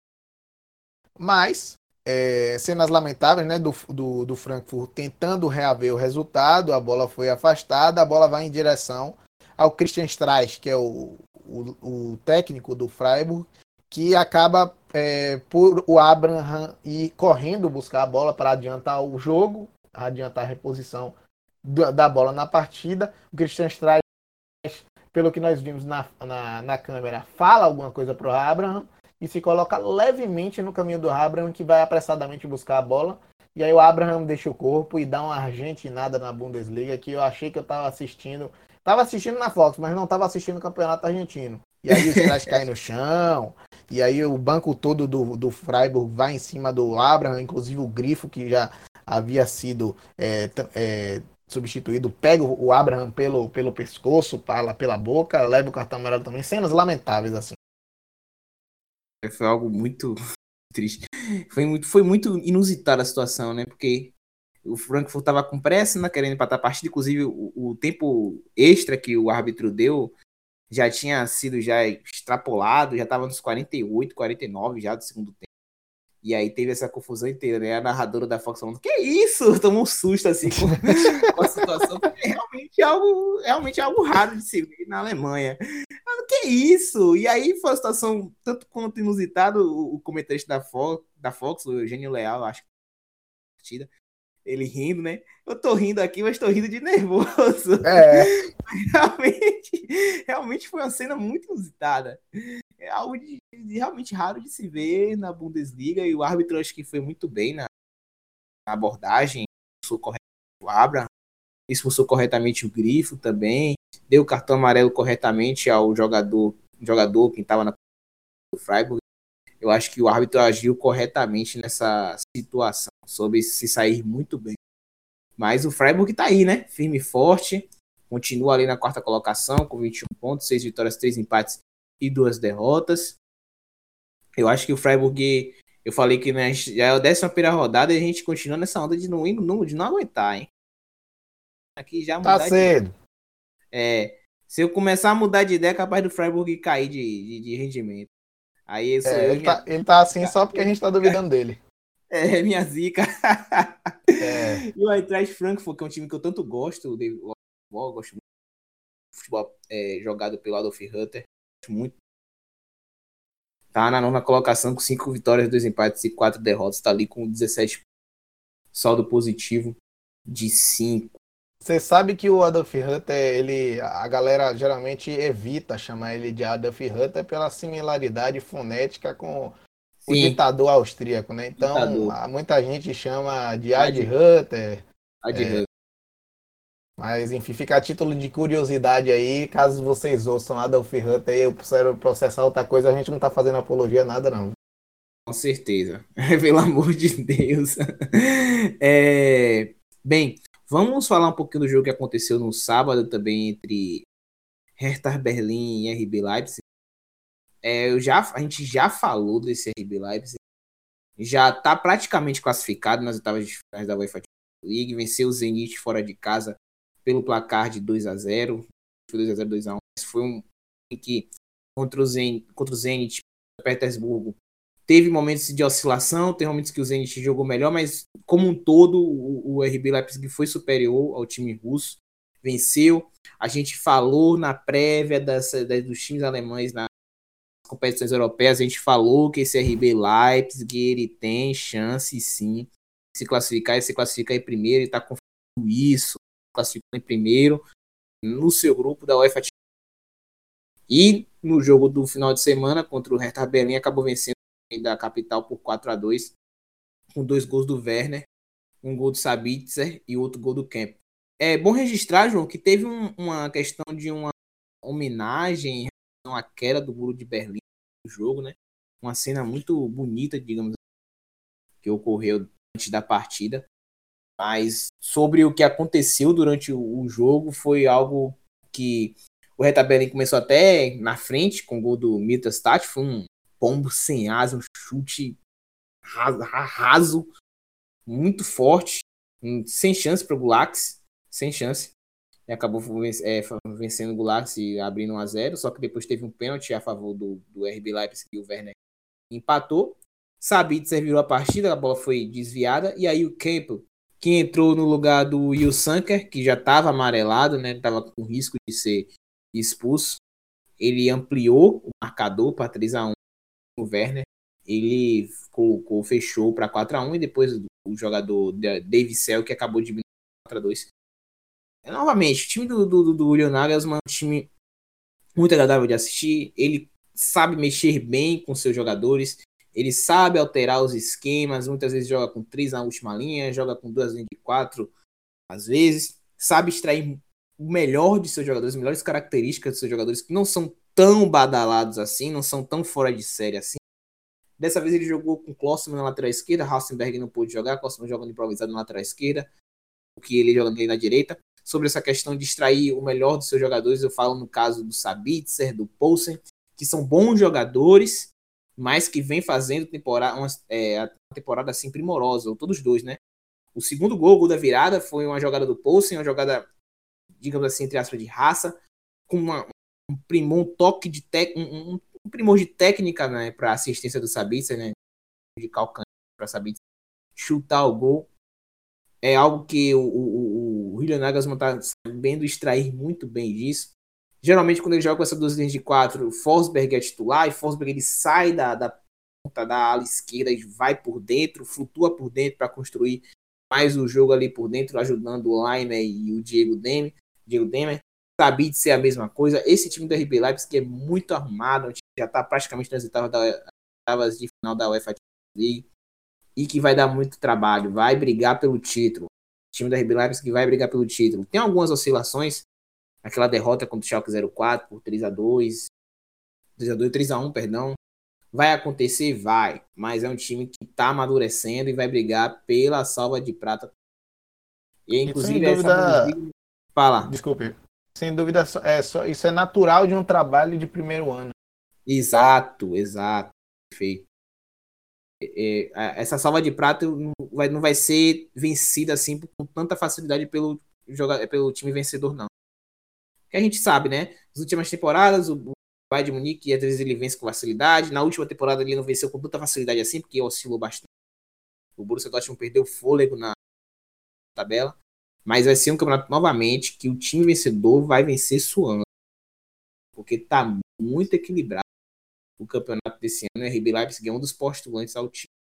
Mas é, cenas lamentáveis, né, do, do, do Frankfurt tentando reaver o resultado, a bola foi afastada, a bola vai em direção ao Christian Streich, que é o, o, o técnico do Freiburg, que acaba é, por o Abraham ir correndo buscar a bola para adiantar o jogo, adiantar a reposição da, da bola na partida. O Christian Streich, pelo que nós vimos na, na, na câmera, fala alguma coisa para o Abraham e se coloca levemente no caminho do Abraham, que vai apressadamente buscar a bola. E aí o Abraham deixa o corpo e dá uma argentinada na Bundesliga, que eu achei que eu estava assistindo. Estava assistindo na Fox, mas não estava assistindo o Campeonato Argentino. E aí o Streich cai no chão, e aí o banco todo do, do Freiburg vai em cima do Abraham, inclusive o Grifo, que já havia sido é, é, substituído, pega o Abraham pelo, pelo pescoço, pela, pela boca, leva o cartão amarelo também. Cenas lamentáveis, assim. Foi algo muito, triste. Foi muito, foi muito inusitada a situação, né? Porque o Frankfurt estava com pressa, né? Querendo empatar a partida. Inclusive, o, o tempo extra que o árbitro deu já tinha sido já extrapolado, já estava nos quarenta e oito, quarenta e nove já do segundo tempo. E aí teve essa confusão inteira, né? A narradora da Fox falando, que isso? Tomou um susto, assim, com, com a situação. É realmente algo, realmente algo raro de se ver na Alemanha. Mas, que isso? E aí foi uma situação, tanto quanto inusitado, o, o comentarista da Fox, da Fox, o Eugênio Leal, acho que ele rindo, né? Eu tô rindo aqui, mas tô rindo de nervoso. É. Realmente, realmente foi uma cena muito inusitada. É algo de, de realmente raro de se ver na Bundesliga, e o árbitro acho que foi muito bem na, na abordagem, expulsou corretamente o Abra, expulsou corretamente o Grifo também, deu o cartão amarelo corretamente ao jogador, jogador que estava na do Freiburg. Eu acho que o árbitro agiu corretamente nessa situação, soube se sair muito bem. Mas o Freiburg está aí, né? Firme e forte, continua ali na quarta colocação com vinte e um pontos, seis vitórias, três empates e duas derrotas. Eu acho que o Freiburg, eu falei que né, já é a décima primeira rodada e a gente continua nessa onda de não, de não aguentar, hein? Aqui já Tá mudar cedo. de é, se eu começar a mudar de ideia, é capaz do Freiburg cair de, de, de rendimento. Aí sou É, eu, ele minha tá, ele tá assim zica. só porque a gente tá duvidando dele. É, minha zica. É. E o Eintracht Frankfurt, que é um time que eu tanto gosto, eu gosto muito do futebol é, jogado pelo Adolf Hutter, muito. Tá na nona colocação com cinco vitórias, dois empates e quatro derrotas. Tá ali com dezessete saldo positivo de cinco. Você sabe que o Adolf Hutter, ele, a galera geralmente evita chamar ele de Adolf Hutter pela similaridade fonética com o Sim, ditador austríaco, né? Então, ditador. muita gente chama de Ad Ad, Hutter. Ad É, mas, enfim, fica a título de curiosidade aí, caso vocês ouçam Adolf Hutter e eu quero processar outra coisa, a gente não tá fazendo apologia a nada, não. Com certeza. Pelo amor de Deus. É, bem, vamos falar um pouquinho do jogo que aconteceu no sábado também entre Hertha Berlim e R B Leipzig. É, eu já, a gente já falou desse R B Leipzig. Já está praticamente classificado nas oitavas de finais da UEFA Champions League. Venceu o Zenit fora de casa pelo placar de dois a zero. Foi dois a zero, dois a um. Mas foi um que contra o Zenit, contra o Zenit Petersburgo teve momentos de oscilação, tem momentos que o Zenit jogou melhor, mas como um todo o, o R B Leipzig foi superior ao time russo, venceu. A gente falou na prévia das, das, dos times alemães nas competições europeias, a gente falou que esse R B Leipzig ele tem chance sim de se classificar e se classificar em primeiro, e está confirmando isso, classificando em primeiro no seu grupo da UEFA. E no jogo do final de semana contra o Hertha Berlim acabou vencendo da capital por quatro a dois, com dois gols do Werner, um gol do Sabitzer e outro gol do Kemp. É bom registrar, João, que teve um, uma questão de uma homenagem à queda do muro de Berlim no jogo, né? Uma cena muito bonita, digamos, que ocorreu antes da partida. Mas sobre o que aconteceu durante o jogo, foi algo que o Hertha Berlim começou até na frente com o gol do Mittelstadt, foi um pombo sem asa, um chute raso, muito forte, sem chance para o Gulax, sem chance. E acabou é, vencendo o Gulax e abrindo um a zero, só que depois teve um pênalti a favor do, do R B Leipzig e o Werner empatou. Sabitzer virou a partida, a bola foi desviada, e aí o Campbell, que entrou no lugar do Will Sanker, que já estava amarelado, né, estava com risco de ser expulso, ele ampliou o marcador para três a um. O Werner, ele colocou, fechou para quatro a um, e depois o jogador David Sell, que acabou de diminuir quatro a dois. Novamente, o time do, do, do Julian Nagelsmann é um time muito agradável de assistir. Ele sabe mexer bem com seus jogadores, ele sabe alterar os esquemas, muitas vezes joga com três na última linha, joga com duas linhas de quatro, às vezes, sabe extrair o melhor de seus jogadores, as melhores características de seus jogadores, que não são tão badalados assim, não são tão fora de série assim. Dessa vez ele jogou com Klostermann na lateral esquerda, Halstenberg não pôde jogar, Klostermann jogando improvisado na lateral esquerda, o que ele jogando ali na direita. Sobre essa questão de extrair o melhor dos seus jogadores, eu falo no caso do Sabitzer, do Poulsen, que são bons jogadores, mas que vem fazendo temporada, uma, é, uma temporada assim primorosa, ou todos os dois, né? O segundo gol, o gol da virada, foi uma jogada do Poulsen, uma jogada, digamos assim, entre aspas, de raça, com uma, um primor, um toque de tec, um, um, um primor de técnica, né, para assistência do Sabitzer, né, de calcanhar para Sabitzer chutar o gol. É algo que o, o, o Julian Nagelsmann está sabendo extrair muito bem disso. Geralmente, quando ele joga com essa duas linhas de quatro, o Forsberg é titular, e Forsberg ele sai da, da ponta da ala esquerda e vai por dentro, flutua por dentro para construir mais o jogo ali por dentro, ajudando o Lainer e o Diego Demer. Diego Demer. Sabia de ser a mesma coisa. Esse time do R B Leipzig é muito arrumado, já está praticamente nas oitavas de final da UEFA Champions League e que vai dar muito trabalho, vai brigar pelo título. O time do R B Leipzig vai brigar pelo título. Tem algumas oscilações, aquela derrota contra o Schalke zero quatro por três a dois, três a dois, três a um, perdão. Vai acontecer? Vai, mas é um time que está amadurecendo e vai brigar pela salva de prata. E inclusive e sem dúvida, essa Bundesliga... Fala. Desculpe. Sem dúvida, é só, isso é natural de um trabalho de primeiro ano. Exato, exato. Perfeito. É, é, essa salva de prata não vai, não vai ser vencida assim com tanta facilidade pelo, joga, pelo time vencedor, não. Porque a gente sabe, né? Nas últimas temporadas, o, o Bayern de Munique, às vezes ele vence com facilidade. Na última temporada ele não venceu com tanta facilidade assim, porque oscilou bastante. O Borussia Dortmund perdeu fôlego na tabela. Mas vai ser um campeonato, novamente, que o time vencedor vai vencer suando. Porque tá muito equilibrado o campeonato desse ano. O R B Leipzig é um dos postulantes ao time.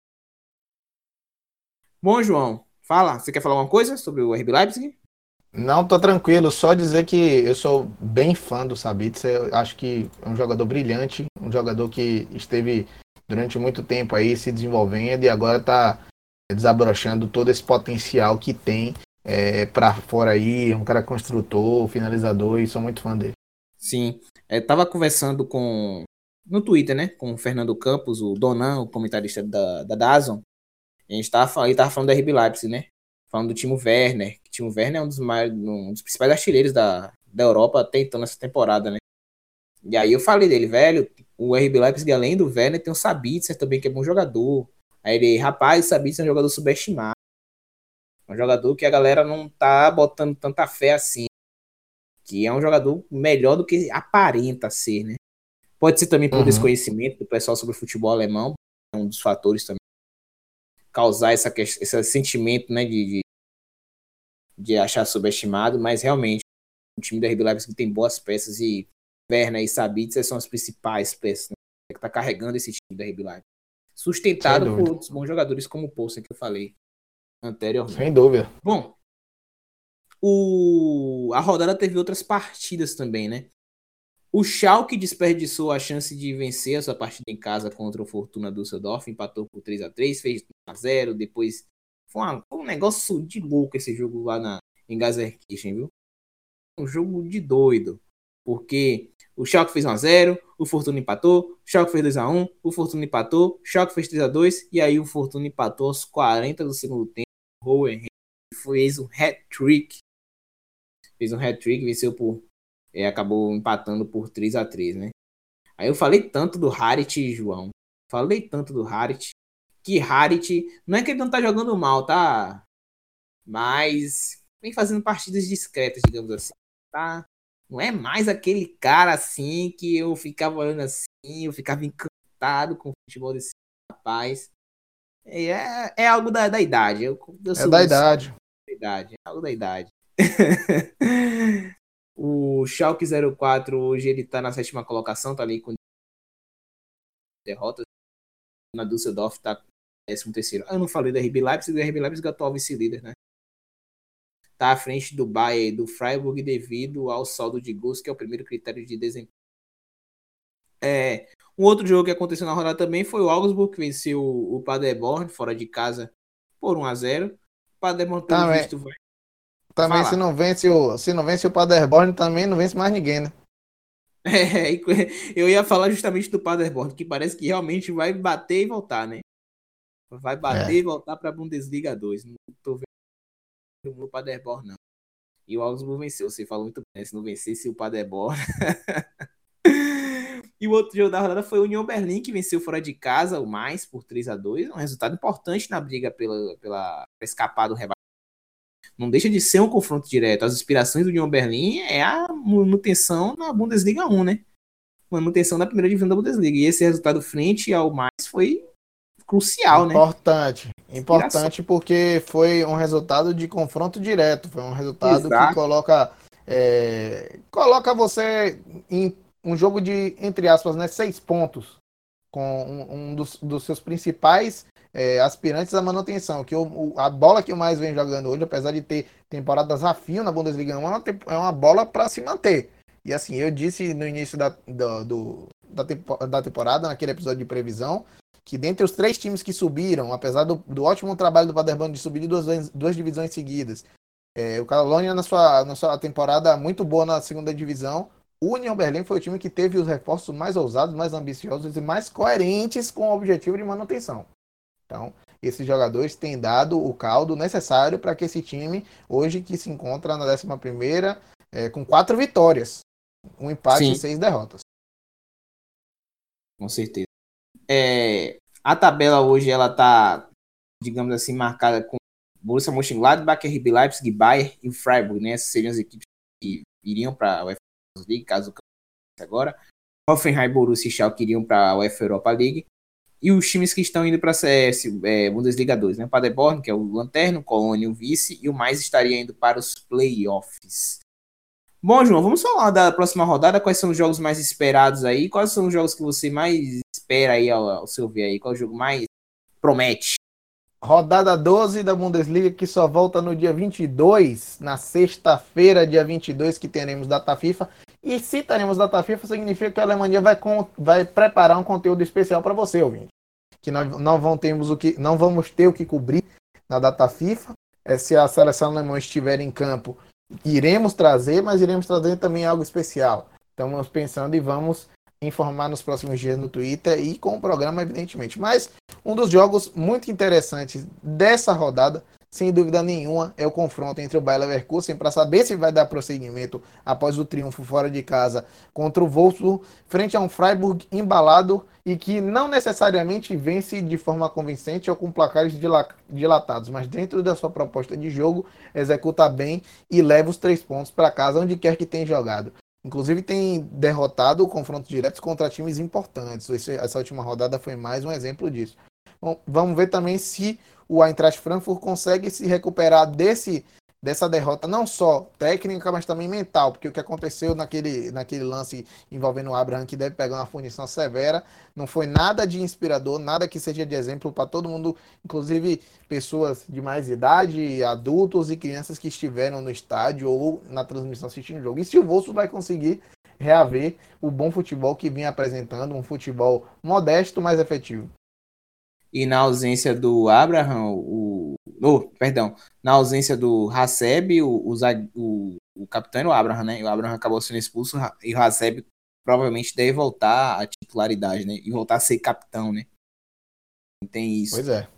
Bom, João, fala. Você quer falar alguma coisa sobre o R B Leipzig? Não, tô tranquilo. Só dizer que eu sou bem fã do Sabitzer. Eu acho que é um jogador brilhante, um jogador que esteve durante muito tempo aí se desenvolvendo e agora tá desabrochando todo esse potencial que tem é, para fora aí. Um cara construtor, finalizador, e sou muito fã dele. Sim, eu tava conversando com no Twitter, né, com o Fernando Campos, o Donan, o comentarista da, da Dazon. A gente tava, ele tava falando do R B Leipzig, né? Falando do Timo Werner. O Timo Werner é um dos, maiores, um dos principais artilheiros da, da Europa tentando essa temporada, né? E aí eu falei dele, velho, o R B Leipzig, além do Werner, tem o Sabitzer também, que é bom jogador. Aí ele, rapaz, o Sabitzer é um jogador subestimado. É um jogador que a galera não tá botando tanta fé assim. Que é um jogador melhor do que aparenta ser, né? Pode ser também por Uhum. desconhecimento do pessoal sobre o futebol alemão, é um dos fatores também. Causar essa, esse sentimento, né, de, de, de achar subestimado, mas realmente o time do R B Leipzig tem boas peças e Werner e Sabitzer são as principais peças, né, que tá carregando esse time do R B Leipzig. Sustentado por outros bons jogadores como o Poulsen, que eu falei anteriormente. Sem dúvida. Bom, o... a rodada teve outras partidas também, né? O Schalke desperdiçou a chance de vencer a sua partida em casa contra o Fortuna Düsseldorf, empatou por três a três, fez um a zero, depois foi, uma, foi um negócio de louco esse jogo lá na, em Gelsenkirchen, viu? Um jogo de doido, porque o Schalke fez um a zero, o Fortuna empatou, o Schalke fez dois a um, o Fortuna empatou, o Schalke fez três a dois, e aí o Fortuna empatou aos quarenta do segundo tempo, o Hohenheim fez um hat-trick, fez um hat-trick, venceu por É, acabou empatando por três a três, né? Aí eu falei tanto do Harit, João. Falei tanto do Harit. Que Harit, não é que ele não tá jogando mal, tá? Mas vem fazendo partidas discretas, digamos assim, tá? Não é mais aquele cara assim que eu ficava olhando assim, eu ficava encantado com o futebol desse rapaz. É, é algo da, da idade. Eu, eu É sou, da idade. da idade. É algo da idade. O Schalke zero quatro hoje ele tá na sétima colocação, tá ali com derrotas. Na Düsseldorf tá décimo terceiro. Eu não falei do R B Leipzig, o R B Leipzig é o atual vice-líder, né? Tá à frente do Bayern e do Freiburg devido ao saldo de gols, que é o primeiro critério de desempenho. É, um outro jogo que aconteceu na rodada também foi o Augsburg, que venceu o Paderborn fora de casa por um a zero. O Paderborn, pelo Também, visto, vai também se não vence o, se não vence o Paderborn, também não vence mais ninguém, né? É, eu ia falar justamente do Paderborn, que parece que realmente vai bater e voltar, né? Vai bater É. e voltar para a Bundesliga dois. Não tô vendo o Paderborn, não. E o Augsburg venceu. Você falou muito bem, se não vencesse o Paderborn. E o outro jogo da rodada foi o União Berlim, que venceu fora de casa, o mais, por três a dois. Um resultado importante na briga pela, pela pra escapar do rebaixamento. Não deixa de ser um confronto direto. As aspirações do União Berlim é a manutenção na Bundesliga um, né? Manutenção da primeira divisão da Bundesliga. E esse resultado frente ao mais foi crucial, importante, né? Importante porque foi um resultado de confronto direto. Foi um resultado Exato. que coloca, é, coloca você em um jogo de, entre aspas, né, seis pontos com um, um dos, dos seus principais é, aspirantes à manutenção. Que o, o, a bola que o mais vem jogando hoje, apesar de ter temporadas a fio na Bundesliga um, é uma, é uma bola para se manter. E assim, eu disse no início da, do, do, da, tempo, da temporada, naquele episódio de previsão, que dentre os três times que subiram, apesar do, do ótimo trabalho do Paderborn de subir de duas, duas divisões seguidas, é, o Colônia na sua, na sua temporada muito boa na segunda divisão, o União Berlim foi o time que teve os reforços mais ousados, mais ambiciosos e mais coerentes com o objetivo de manutenção. Então, esses jogadores têm dado o caldo necessário para que esse time, hoje que se encontra na décima primeira, é, com quatro vitórias, um empate Sim. e seis derrotas. Com certeza. É, a tabela hoje ela tá, digamos assim, marcada com Borussia Mönchengladbach, R B Leipzig, Bayern e Freiburg, né? Essas seriam as equipes que iriam para a UEFA League, caso o campeonato agora. Hoffenheim, Borussia e Schalke iriam para a UEFA Europa League. E os times que estão indo para a é, Bundesliga dois, né? O Paderborn, que é o lanterno, o Colônia, o vice, e o mais estaria indo para os playoffs. Bom, João, vamos falar da próxima rodada. Quais são os jogos mais esperados aí? Quais são os jogos que você mais espera aí ao, ao seu ver aí? Qual é o jogo mais promete? Rodada doze da Bundesliga, que só volta no dia vinte e dois, na sexta-feira, dia vinte e dois, que teremos data FIFA. E se teremos data FIFA, significa que a Alemanha vai, com, vai preparar um conteúdo especial para você, ouvinte. Que nós não vamos, termos o que, não vamos ter o que cobrir na data FIFA. É, se a seleção alemã estiver em campo, iremos trazer, mas iremos trazer também algo especial. Estamos pensando e vamos informar nos próximos dias no Twitter e com o programa, evidentemente. Mas um dos jogos muito interessantes dessa rodada, sem dúvida nenhuma, é o confronto entre o Bayer Leverkusen para saber se vai dar prosseguimento após o triunfo fora de casa contra o Wolfsburg, frente a um Freiburg embalado e que não necessariamente vence de forma convincente ou com placares dilatados, mas dentro da sua proposta de jogo, executa bem e leva os três pontos para casa, onde quer que tenha jogado. Inclusive tem derrotado confrontos diretos contra times importantes. Essa última rodada foi mais um exemplo disso. Bom, vamos ver também se o Eintracht Frankfurt consegue se recuperar desse, dessa derrota, não só técnica, mas também mental, porque o que aconteceu naquele, naquele lance envolvendo o Abraham, que deve pegar uma punição severa, não foi nada de inspirador, nada que seja de exemplo para todo mundo, inclusive pessoas de mais idade, adultos e crianças que estiveram no estádio ou na transmissão assistindo o jogo. E se o Wolfsburg vai conseguir reaver o bom futebol que vinha apresentando, um futebol modesto, mas efetivo. E na ausência do Abraham, o. Oh, perdão. Na ausência do Haseb, o, o, o, o capitão era o Abraham, né? E o Abraham acabou sendo expulso e o Haseb provavelmente deve voltar à titularidade, né? E voltar a ser capitão, né? Tem isso. Pois é.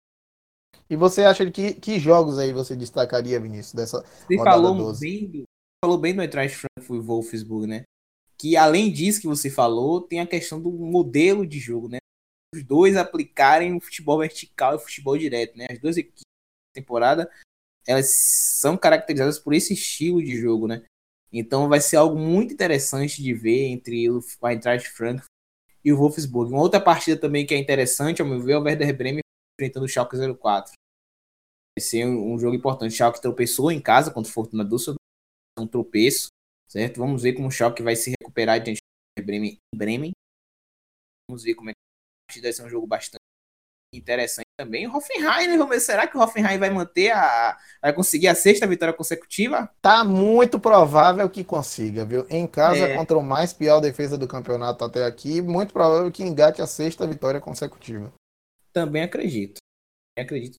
E você acha que, que jogos aí você destacaria, Vinícius, dessa você rodada falou doze? Bem do, falou bem do Eintracht Frankfurt e Wolfsburg, né? Que além disso que você falou, tem a questão do modelo de jogo, né? Os dois aplicarem o futebol vertical e o futebol direto, né? As duas equipes da temporada, elas são caracterizadas por esse estilo de jogo, né? Então vai ser algo muito interessante de ver entre o Eintracht Frankfurt e o Wolfsburg. Uma outra partida também que é interessante, ao meu ver, é o Werder Bremen enfrentando o Schalke zero quatro. Vai ser um, um jogo importante. O Schalke tropeçou em casa contra o Fortuna Düsseldorf, um tropeço, certo? Vamos ver como o Schalke vai se recuperar diante do Bremen em Bremen. Vamos ver como é que vai ser um jogo bastante interessante também. O Hoffenheim, né? Será que o Hoffenheim vai manter a. vai conseguir a sexta vitória consecutiva? Tá muito provável que consiga, viu? Em casa, É. contra o mais pior defesa do campeonato até aqui, muito provável que engate a sexta vitória consecutiva. Também acredito. Também acredito.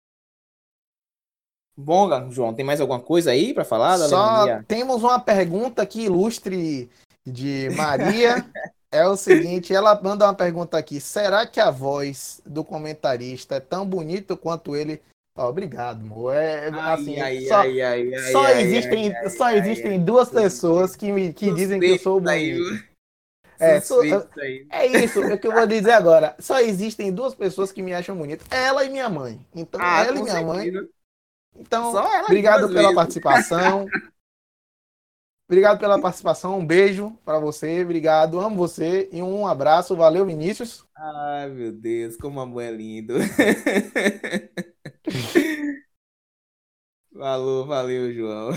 Bom, João, tem mais alguma coisa aí para falar da Só Alemanha? temos uma pergunta aqui ilustre de Maria. É o seguinte, ela manda uma pergunta aqui. Será que a voz do comentarista é tão bonita quanto ele? Oh, obrigado, amor. É, assim, Ai, só, ai, ai, ai, só ai, existem, ai, só ai, existem ai, duas ai, pessoas que, me, que dizem que eu sou bonito. É, sou, Suspeito aí. é isso, é o que eu vou dizer agora. Só existem duas pessoas que me acham bonito. Ela e minha mãe. Então, Ah, ela e com minha mãe. certeza. Então, Só elas obrigado duas pela mesmo. participação. Obrigado pela participação. Um beijo para você. Obrigado. Amo você. E um abraço. Valeu, Vinícius. Ai, meu Deus, como amor é lindo. Falou, valeu, João.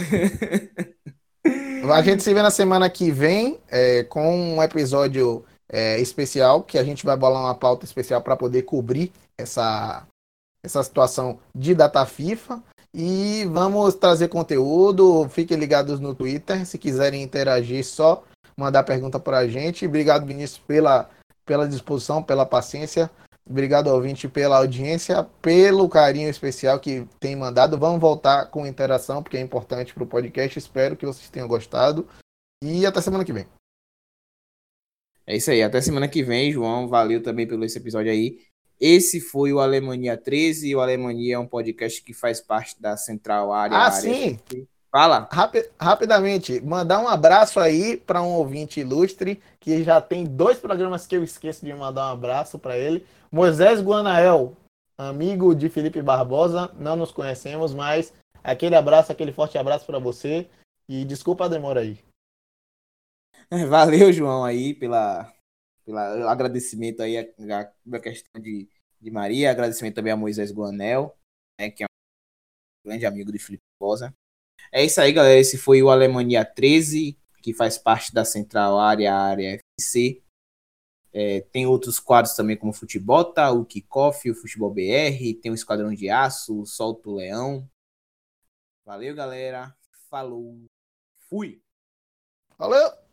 A gente se vê na semana que vem é, com um episódio é, especial, que a gente vai bolar uma pauta especial para poder cobrir essa, essa situação de data FIFA. E vamos trazer conteúdo. Fiquem ligados no Twitter. Se quiserem interagir, só mandar pergunta para a gente. Obrigado, Vinícius, pela, pela disposição, pela paciência. Obrigado, ouvinte, pela audiência, pelo carinho especial que tem mandado. Vamos voltar com interação, porque é importante para o podcast. Espero que vocês tenham gostado. E até semana que vem. É isso aí, até semana que vem, João. Valeu também pelo esse episódio aí. Esse foi o Alemanha treze. O Alemanha é um podcast que faz parte da Central Área. Ah, área... sim! Fala! Rapi- rapidamente, mandar um abraço aí para um ouvinte ilustre, que já tem dois programas que eu esqueço de mandar um abraço para ele. Moisés Guanael, amigo de Felipe Barbosa, não nos conhecemos, mas aquele abraço, aquele forte abraço para você. E desculpa a demora aí. Valeu, João, aí, pela, pela agradecimento aí, a, a questão de, de Maria. Agradecimento também a Moisés Guanel, né, que é um grande amigo de Felipe Barbosa. É isso aí, galera. Esse foi o Alemanha treze, que faz parte da Central Área, área F C. É, tem outros quadros também, como o Futebota, o Kickoff, o Futebol B R, tem o Esquadrão de Aço, o Solto Leão. Valeu, galera. Falou. Fui. Valeu!